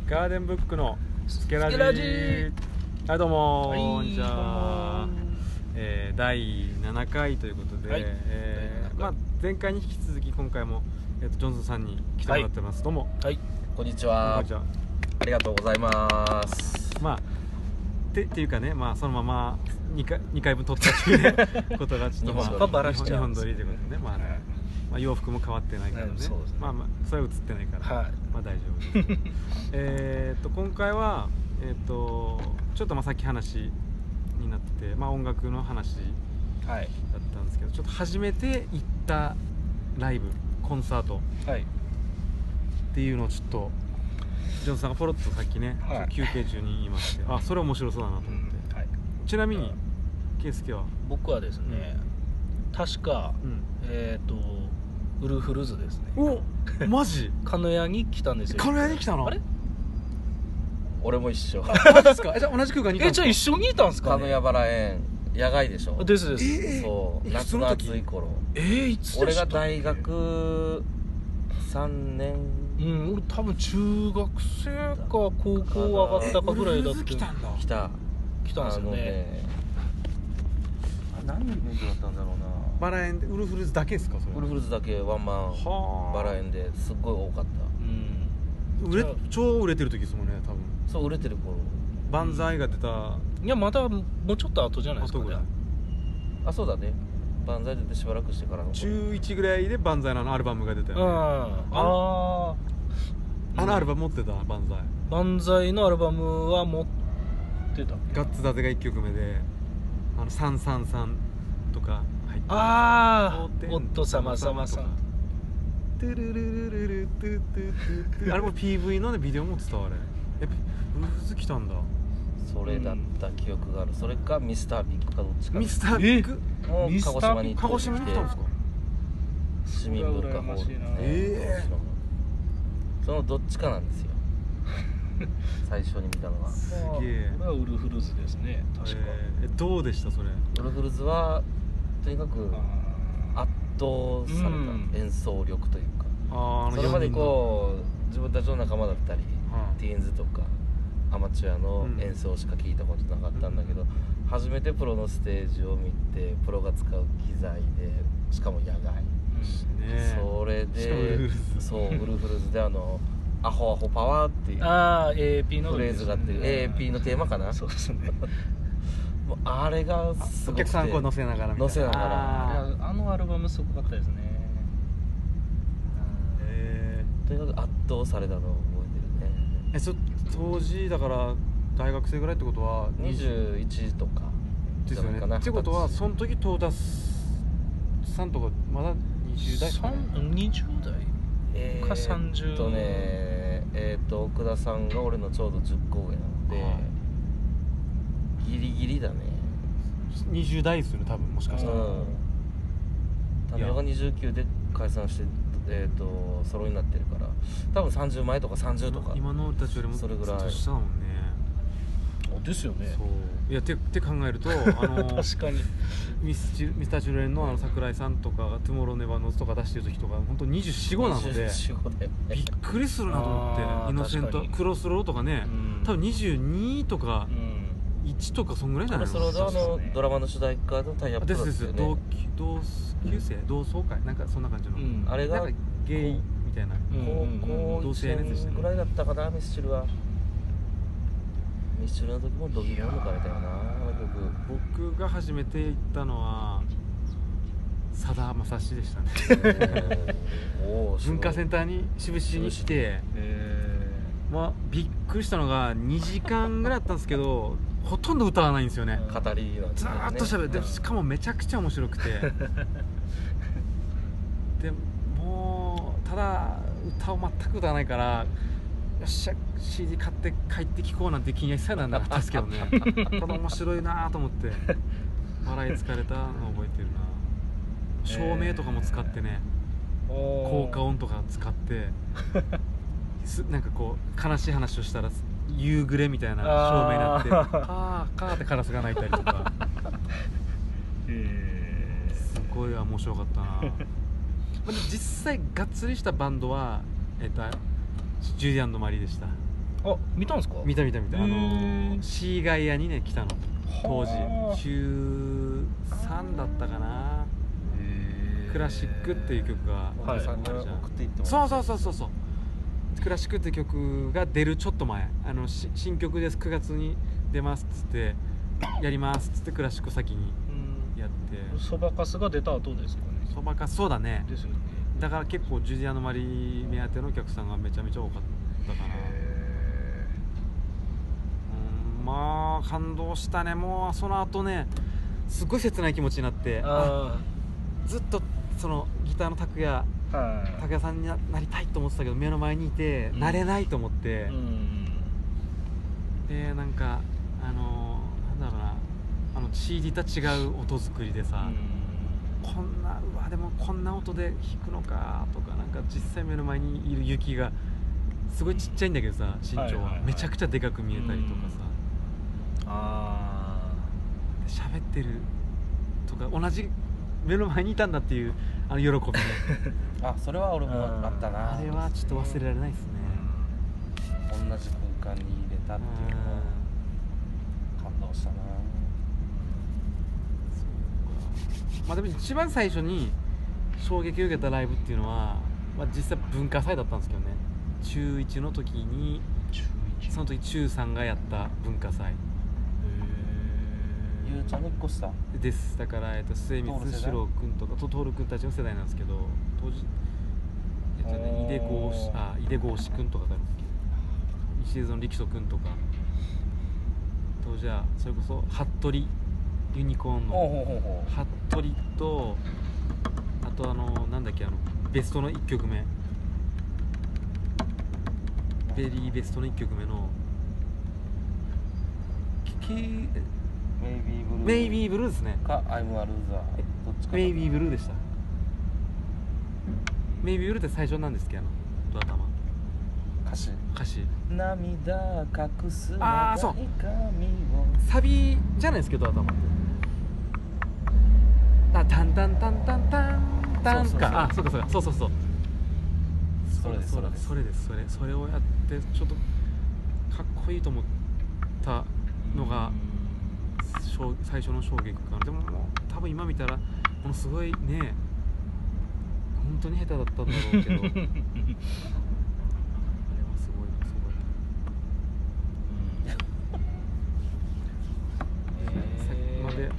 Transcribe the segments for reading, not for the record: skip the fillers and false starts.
ガーデンブックのスケラジはいどうもー、こんにちは。第7回ということで、 はい前回に引き続き今回も、ジョンソンさんに来てもらってます、どうも。 はい、 こんにちは。 こんにちは。 ありがとうございます。 っていうかね、そのまま2回分撮ったっていうねことがちょっと日本バラしちゃうんです日本撮りということでね、洋服も変わってないからね、 そうですねそれは映ってないから、 はい大丈夫です今回はちょっとさっき話になってて、音楽の話はいだったんですけど、ちょっと初めて行ったライブコンサートはいっていうのをちょっとジョンさんがポロッとさっきね、 はい休憩中に言いまして、それ面白そうだなと思って、 はい、 ちなみに圭介は僕はですね、確か、ウルフルズですね。 おマジ鹿屋に来たんですよ。 鹿屋に来たの？ あれ？ 俺も一緒。 マジですか？じゃあ同じ空間にいたんですか？ じゃあ一緒にいたんですか、 鹿屋原園野外でしょ。 ですです。 そう、夏の暑い頃。 いつでした？ 俺が大学3年。 俺多分中学生か高校上がったかぐらいだった。 来たんだ。 来たんですよね。 何のイベントだったんだろうな。 バラ園でウルフルズだけですか？それウルフルズだけワンマンバラ園ですっごい多かった。 超売れてる時ですもんね、多分。 そう、売れてる頃。 万歳が出た。 いや、まだもうちょっと後じゃないですかね。 あ、そうだね。万歳出てしばらくしてからの。 中1ぐらいで万歳のアルバムが出たよね。 あのアルバム持ってた？万歳。 万歳のアルバムは持ってた。 ガッツだぜが1曲目で、333とか入って。 夫様様さん。 トゥルルルルルトゥトゥトゥあれも PV のねビデオも伝わる。ウルフルズ来たんだ。 それだった記憶がある。それかミスタービッグかどっちか。 ミスタービッグ鹿児島に鹿児島に来たんですか？ 市民文化ホール。そのどっちかなんですよ。最初に見たのは。 すげえ。 これはウルフルズですね、確か。 どうでしたそれ？ ウルフルズはとにかく圧倒された演奏力というか、それまでこう自分たちの仲間だったり、ティーンズとかアマチュアの演奏しか聞いたことなかったんだけど、初めてプロのステージを見て、プロが使う機材で、しかも野外、それでそうウルフルズでアホアホパワーっていう AAP のフレーズがあって、AAP のテーマかな。 そうですね。 もうあれがすごくて、 お客さんこう乗せながら乗せながら、 あのアルバムすごかったですね。 とにかく圧倒されたのを覚えてるね。 当時だから大学生ぐらいってことは 21とかですよね。ってことはその時トータスさんとかまだ20代 20代か30 奥田さんが俺のちょうど10個上なので、ギリギリだね。 20代ですよね、多分。もしかしたらタミオが29で解散してソロになってるから、多分30前とか30とか、 今の俺たちよりもそれぐらい下だもんね。 ですよね。 そういやって考えると確かにミスターチュルレンの桜井さんとかがトゥモローネバーノーズとか出してる時とか本当24、5なのでびっくりするなと思って。イノセントクロスローとかね、多分22とか1とかそんぐらいじゃないの。 クロスロードドラマの主題歌のタイアップだったよね。 同窓会なんかそんな感じの、 あれがゲイみたいな高校1年ぐらいだったかな。ミスチルはミスチルの時もドギモを抜かれたよな、あの曲。 僕が初めて行ったのはさだまさしでしたね。文化センターに渋々に来て、びっくりしたのが2時間ぐらいだったんですけど、ほとんど歌わないんですよね。 語りなんですずね。 ーっと喋って、しかもめちゃくちゃ面白くてでもうただ歌を全く歌わないから、よっしゃ CD 買って帰って聴こうなんて気には一切ならなかったですけどね。ただ面白いなと思って笑い疲れたのを覚えてるな。照明とかも使ってね、効果音とか使ってなんかこう悲しい話をしたら夕暮れみたいな照明になってカーってカラスが鳴いたりとかすごい面白かったな。実際がっつりしたバンドはジュディ&マリーでした。 あ、見たんですか？ 見たシーガイアにね来たの当時中3だったかな。クラシックっていう曲がおじさんに送っていってもそうクラシックっていう曲が出るちょっと前新曲です9月に出ますっつってやりますっつってクラシック先にやってそばかすが出た後ですかね。 そばかすそうだねですよね。 だから結構ジュディアのマリ目当てのお客さんがめちゃめちゃ多かったかな。まあ感動したね。もうその後ねすごい切ない気持ちになってずっとそのギターの拓也さんになりたいと思ってたけど目の前にいてなれないと思って、でなんかなんだろうなCD と違う音作りでさ、こんなでもこんな音で弾くのかとかなんか実際目の前にいる雪がすごいちっちゃいんだけどさ身長はめちゃくちゃでかく見えたりとかさ、喋ってるとか同じ目の前にいたんだっていう喜びねそれは俺もあったな。 あれはちょっと忘れられないですね。 同じ空間に入れたっていうのは感動したな。 まあでも一番最初に衝撃を受けたライブっていうのは、実際文化祭だったんですけどね。中1の時にその時中3がやった文化祭。 ゆうちゃんに1個下です。だから末光史郎君とかと徹君たちの世代なんですけど、当時井出剛志君とかだろう石出園力人君とか当時はそれこそ服部ユニコーンの服部とあとなんだっけベストの1曲目ベリーベストの1曲目のメイビーブルーですねかアイムアルーザーどっちかメイビーブルーでした。メイビーブルーって最初なんですけどドア玉歌詞涙隠すそうサビじゃないですけどドア玉ってタンタンタンタンタンタンかそうかそれをやってちょっとかっこいいと思ったのが最初の衝撃かな。でももう多分今見たらものすごいね本当に下手だったんだろうけどあれはすごいさっきまで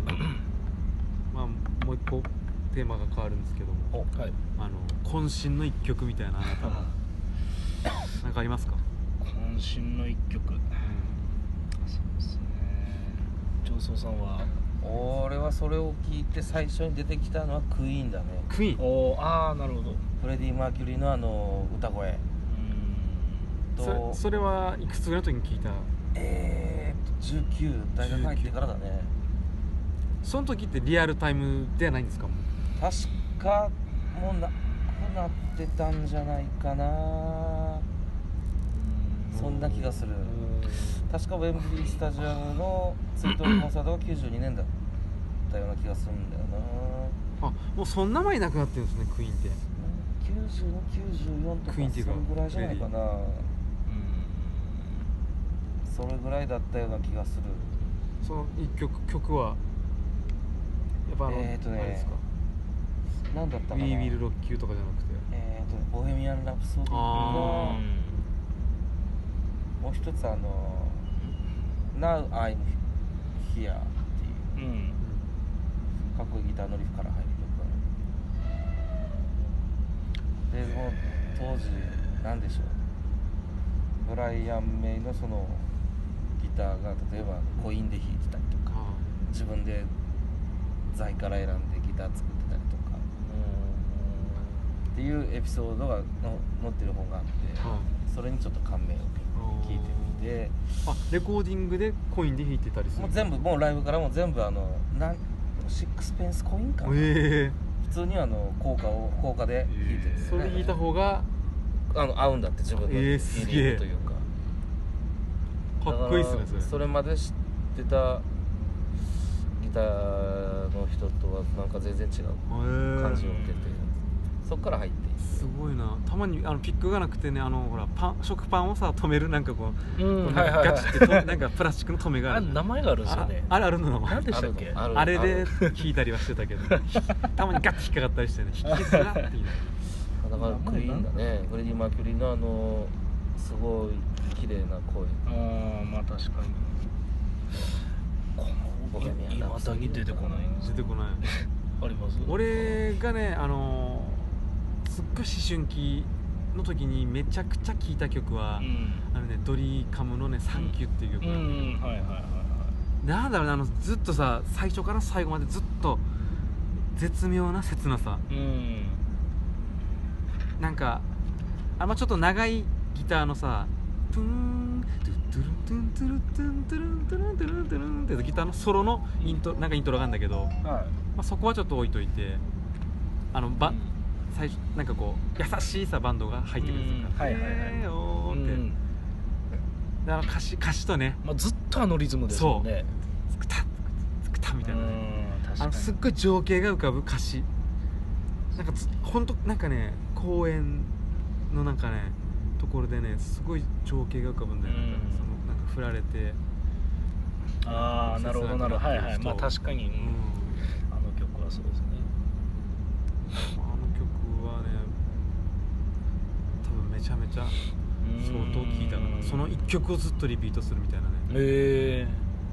もう一個テーマが変わるんですけども、渾身の一曲みたいなあなたは何かありますか？ 渾身の一曲、そうですね。上層さんは？ 俺はそれを聞いて最初に出てきたのはクイーンだね。 クイーン。 なるほど。 フレディ・マーキュリーの歌声とそれはいくつぐらいの時に聞いた ？19大学入ってからだね。 その時ってリアルタイムではないんですか？ 確かもうなくなってたんじゃないかな。そんな気がする。確かウェンブリースタジアムの追悼コンサートが92年だったような気がするんだよな。 もうそんな前になくなってるんですねクイーンって 92、94とかそれぐらいじゃないかな。それぐらいだったような気がする。 その一曲はやっぱあれですか？ 何だったかな。 We Will Rock You とかじゃなくてボヘミアン・ラプソディがもう一つNow I'm Here っていう、かっこいいギターのリフから入る曲で、もう当時なんでしょう、ブライアン・メイのそのギターが例えばコインで弾いてたりとか、自分で材から選んでギター作ってたりとかっていうエピソードが載ってる本があって、それにちょっと感銘を受けて聞いてみて、 レコーディングでコインで弾いてたりする？ もう全部、もうライブからも全部シックスペンスコインかな、普通に効果で弾いてる、 それ弾いた方が合うんだって自分のフィーリングというか、 かっこいいっすねそれまで知ってたギターの人とはなんか全然違う感じを受けて、そっから入っていすごいな。たまにピックがなくてね、ほら食パンをさ止めるなんかこう、ガチってなんかプラスチックの止めがある。 名前があるんですよね。 あれあるの名前。 何でしたっけ？ あれで引いたりはしてたけど、たまにガッと引っかかったりしてね、引きづらっていう。 だからクイーンだね。フレディ・マーキュリーのすごい綺麗な声。 まあ確かに。いまだに出てこない。 出てこない。 あります。 俺がね、すっごい思春期の時にめちゃくちゃ聴いた曲は、ドリカムのね「サンキュー」っていう曲なんだけど、なんだろうね、ずっとさ、最初から最後までずっと絶妙な切なさ、なんかちょっと長いギターのさ、トゥーントゥトゥルントゥントゥルントゥントゥルントゥルントゥルントゥルンってギターのソロのイントロがあるんだけど、そこはちょっと置いといて、最初なんかこう優しいさバンドが入ってくるんですから、だから歌詞とね、 ずっとリズムですよね。 つくたつくたみたいなね、すっごい情景が浮かぶ歌詞、なんか本当なんかね、公園のなんかねところでね、すごい情景が浮かぶんだよね。なんか振られて、 なるほどなるほど、はいはい、まあ確かに、あの曲はそうですね。 あの曲はね、多分めちゃめちゃ相当聴いたから、その一曲をずっとリピートするみたいなね。なるほど、聴い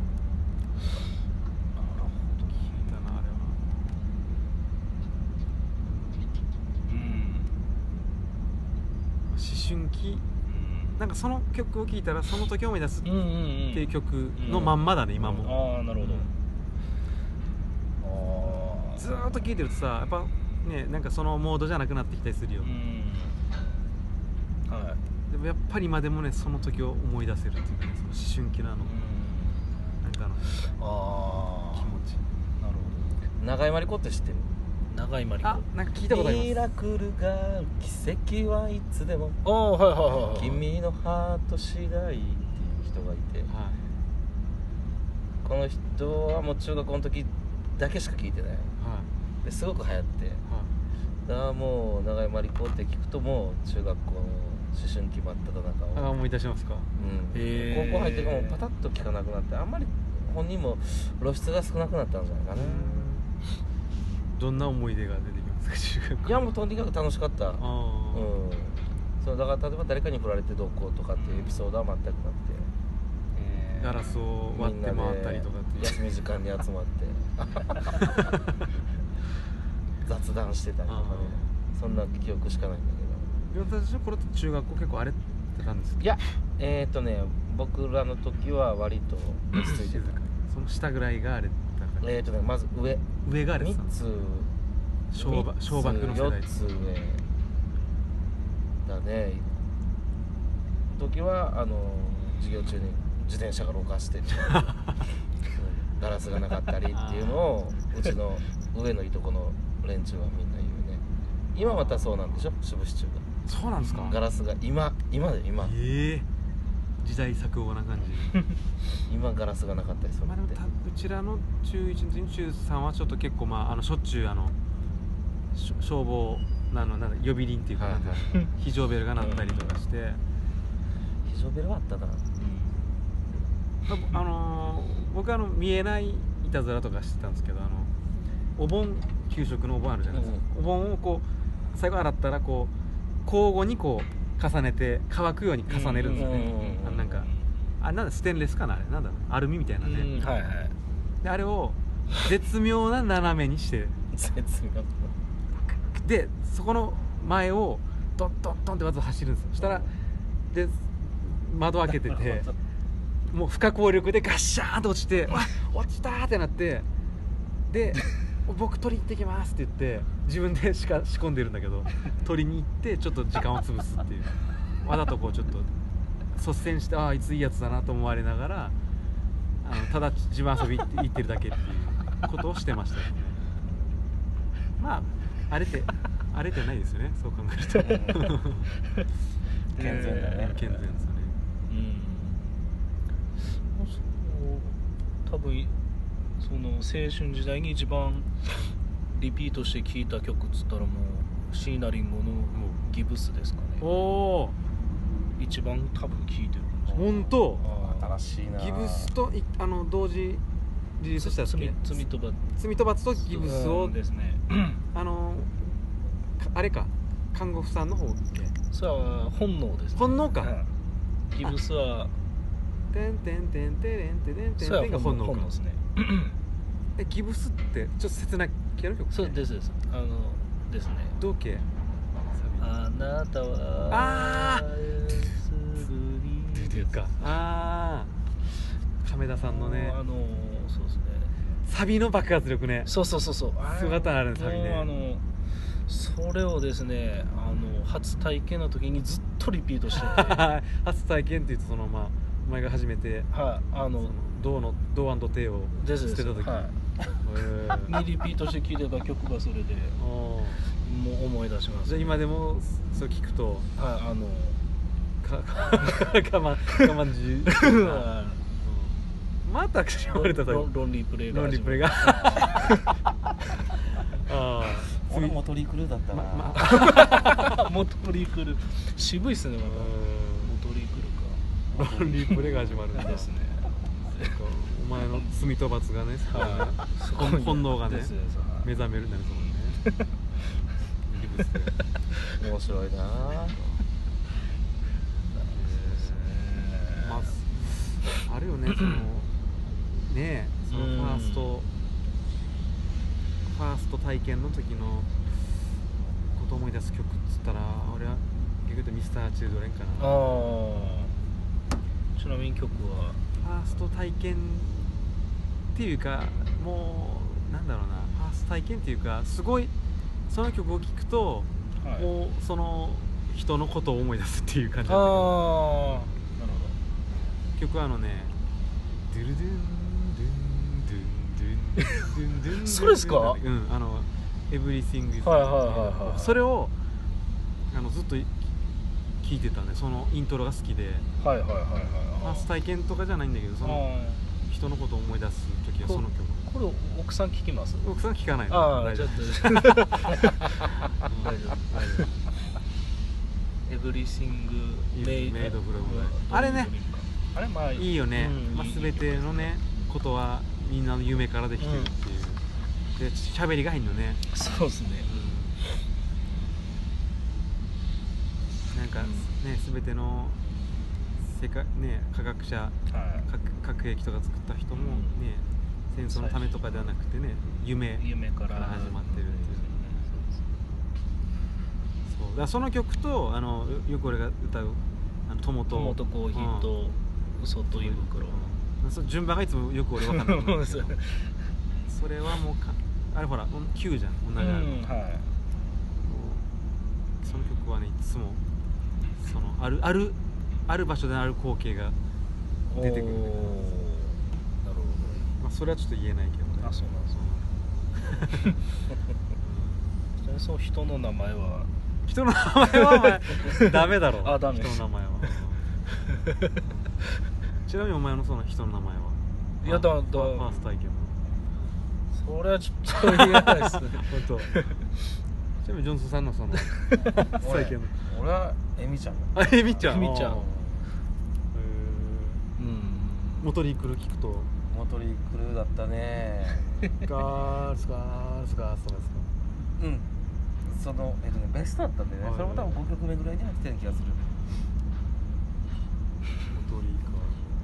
たな、あれは。思春期、なんかその曲を聴いたらその時を思い出すっていう曲のまんまだね、今も。 なるほど。 ずーっと聴いてるとさ、やっぱね、なんかそのモードじゃなくなってきたりするよ。でもやっぱり今でもね、その時を思い出せるっていうかね、その思春期のなんか気持ち。 なるほど。 長井真理子って知ってる？ 長井真理子、 なんか聞いたことあります。 ミラクルが奇跡はいつでも、君のハート次第っていう人がいて、この人はもう中学校の時だけしか聞いてない、ですごく流行って、だからもう長井真理子って聞くと、もう中学校の思春期真っ只中を思い出しますか。 高校入ってからもうパタッと聞かなくなって、あんまり本人も露出が少なくなったんじゃないかな。 どんな思い出が出てきますか、中学校？ いや、もうとにかく楽しかった。そうだから、例えば誰かに振られてどうこうとかっていうエピソードは全くなくて、 ガラスを割って回ったりとかって休み時間に集まって雑談してたりとかね、そんな記憶しかないんだけど。 私の頃って中学校結構荒れてたんですか？ いや、僕らの時は割と落ち着いてた。 その下ぐらいが荒れてたから。 まず上が荒れてた。 3つ小学の世代 4つ上だね。時は授業中に自転車がろ過してガラスがなかったりっていうのをうちの上のいとこの連中はみんな言うね。今またそうなんでしょ、渋市中が。 そうなんですか。 ガラスが今時代錯誤な感じ今ガラスがなかったりする。 でもうちらの中1、中3はちょっと結構しょっちゅう消防なんだ呼び鈴っていうか、非常ベルが鳴ったりとかして、 非常ベルはあったな。 僕は見えないいたずらとかしてたんですけど、お盆、給食のお盆あるじゃないですか、お盆をこう最後洗ったらこう交互にこう重ねて乾くように重ねるんですよね。なんかなんだ、ステンレスかな、あれなんだろう、アルミみたいなね、であれを絶妙な斜めにしてでそこの前をドンドンドンってわざと走るんですよ。そしたらで窓開けててもう不可抗力でガッシャーンと落ちて、落ちたーってなって、で僕取りに行ってきますって言って自分で仕込んでるんだけど、取りに行ってちょっと時間を潰すっていう、わざとこうちょっと率先して、あいついいやつだなと思われながら、ただ自分遊び行ってるだけっていうことをしてましたよね。まあ荒れてないですよね、そう考えると健全だね。 健全ですよね。 多分その青春時代に一番リピートして聴いた曲っつったらもうシーナリングのギブスですかね。 おお一番多分聴いてるかもしれない。 本当新しいな。 ギブスと同時リリースしたっけ？ 罪と罰とギブスをですね。 あれか看護婦さんの方っけ？ それは本能ですね。 本能か。 ギブスはてんてんてんてんてんてんてんてんが本能か。 ですね。 ギブスってちょっと切な系の曲？ そうですですね。 どうけ？ あなたはあっていうか亀田さんのねそうですね。 サビの爆発力ね。 そう姿あるサビね。 それをですね初体験の時にずっとリピートしてて初体験って言うとお前が初めて銅&手を捨てた時にリピートして聴いてた曲がそれでもう思い出します。 じゃあ今でもそう聞くと我慢じまた口割れたロンリープレイが俺もトリクルだったな。 モトリクル渋いっすね。またモトリクルかロンリープレイが始まるんですね。 お前の罪と罰がね本能がね目覚めるんだねそのね面白いな。 あるよねそのファースト体験の時のことを思い出す曲っつったら俺は結局ミスターチルドレンかな。 ちなみに曲はファースト体験っていうかもうなんだろうなファースト体験っていうかすごいその曲を聴くと、もうその人のことを思い出すっていう感じなんだけど。なるほど。曲はドゥルドゥンドゥンドゥンドゥンドゥンドゥンドゥンそうですか？ Everything is それをずっと聴いてたね。そのイントロが好きでファースト体験とかじゃないんだけどその人のことを思い出す時はその曲。 これ奥さん聞きます？ 奥さん聞かないの。 大丈夫Everything made from あれねいいよね。全てのねことはみんなの夢からできてるっていうで喋りがいいのね。 そうですね。 なんかね全ての世界ね科学者核兵器とか作った人もね戦争のためとかではなくてね夢から始まってるっていう。そうだからその曲とよく俺が歌う友とコーヒーと嘘と胃袋、 順番がいつもよく俺分かんないそれはもうあれほら9じゃん同じその曲はねいつもそのある場所である光景が出てくるんだけど、なるほど、それはちょっと言えないけどね。 そうなんですねその人の名前はお前ダメだろ。 ダメ。 人の名前はちなみにお前のその人の名前は？ いやファースト体験はそれはちょっと言えないですね本当。ちなみにジョンソンさんのその体験の俺はエミちゃん。 エミちゃんモトリークル聞くとモトリークルだったね。 ガースガースガースとかですか？ そのベストだったんでね。それも多分5曲目ぐらいに入ってる気がする。 モトリーか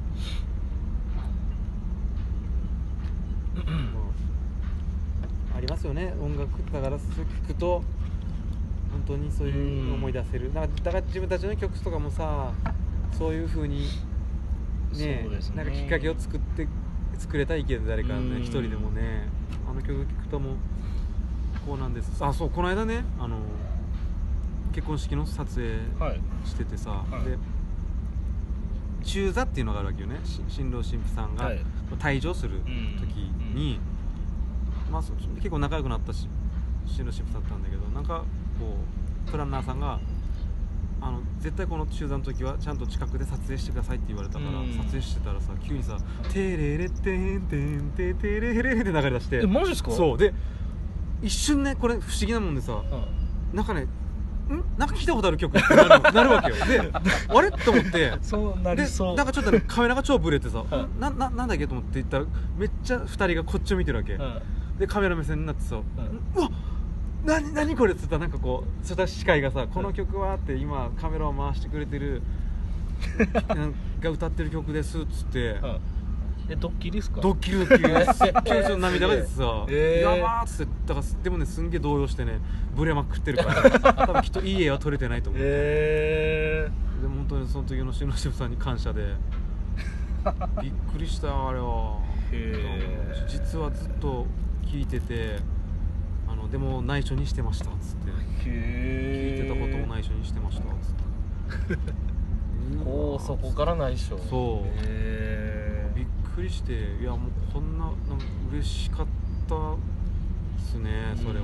ありますよね。音楽だから聞くと本当にそういう思い出せる。だから自分たちの曲とかもさそういう風にねなんかきっかけを作れたいけど誰かね一人でもね曲聴くともこうなんです。そうこの間ね結婚式の撮影しててさ、で中座っていうのがあるわけよね。新郎新婦さんが退場する時に、結構仲良くなった新郎新婦だったんだけど、なんかこうプランナーさんが絶対この中座の時はちゃんと近くで撮影してくださいって言われたから、撮影してたらさ急にさテレレテンテンテテレレレって流れ出して。 マジですか？ そうで一瞬ねこれ不思議なもんでさ、 なんかねなんか聞いたことある曲ってなるわけよ。であれと思ってそうなりそう。 でなんかちょっとねカメラが超ブレてさ、なんだっけと思って言ったらめっちゃ2人がこっちを見てるわけ、でカメラ目線になってさ、うわ何これっつったらなんかこうそしたら司会がさ、この曲はって今カメラを回してくれてるが歌ってる曲ですっつって、 ドッキリっすか？ ドッキリ急に涙が出てさ、やばーっつってだからでもねすんげえ動揺してねブレまくってるから多分きっといい絵は撮れてないと思う。でも本当にその時の篠シェフさんに感謝でびっくりしたあれは。実はずっと聞いててでも内緒にしてましたっつって、聞いてたことを内緒にしてましたっつってそこから内緒。 そうびっくりして、いやもうこんな嬉しかったっすねそれは。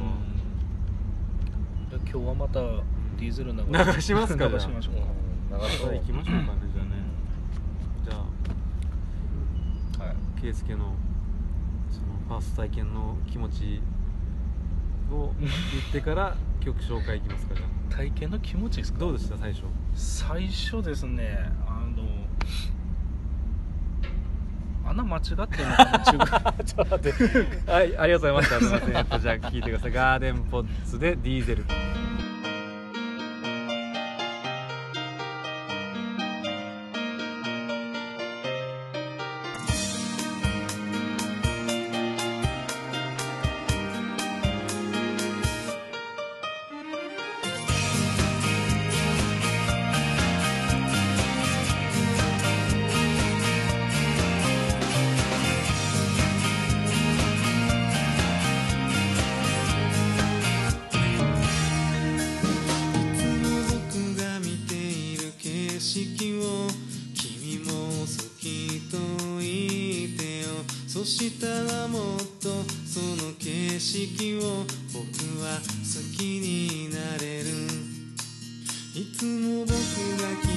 今日はまたディーゼル流しますか？ 流しましょうか。 行きましょうかねじゃあね。じゃあ圭介のそのファースト体験の気持ちを言ってから曲紹介いきますか？じゃあ体験の気持ちですか？ どうでした最初ですね、穴間違ってるのかなちょっと待ってはい、ありがとうございました。すいません。じゃあ聞いてください。ガーデンポッツでディーゼル。 そしたらもっとその景色を僕は好きになれる。いつも僕が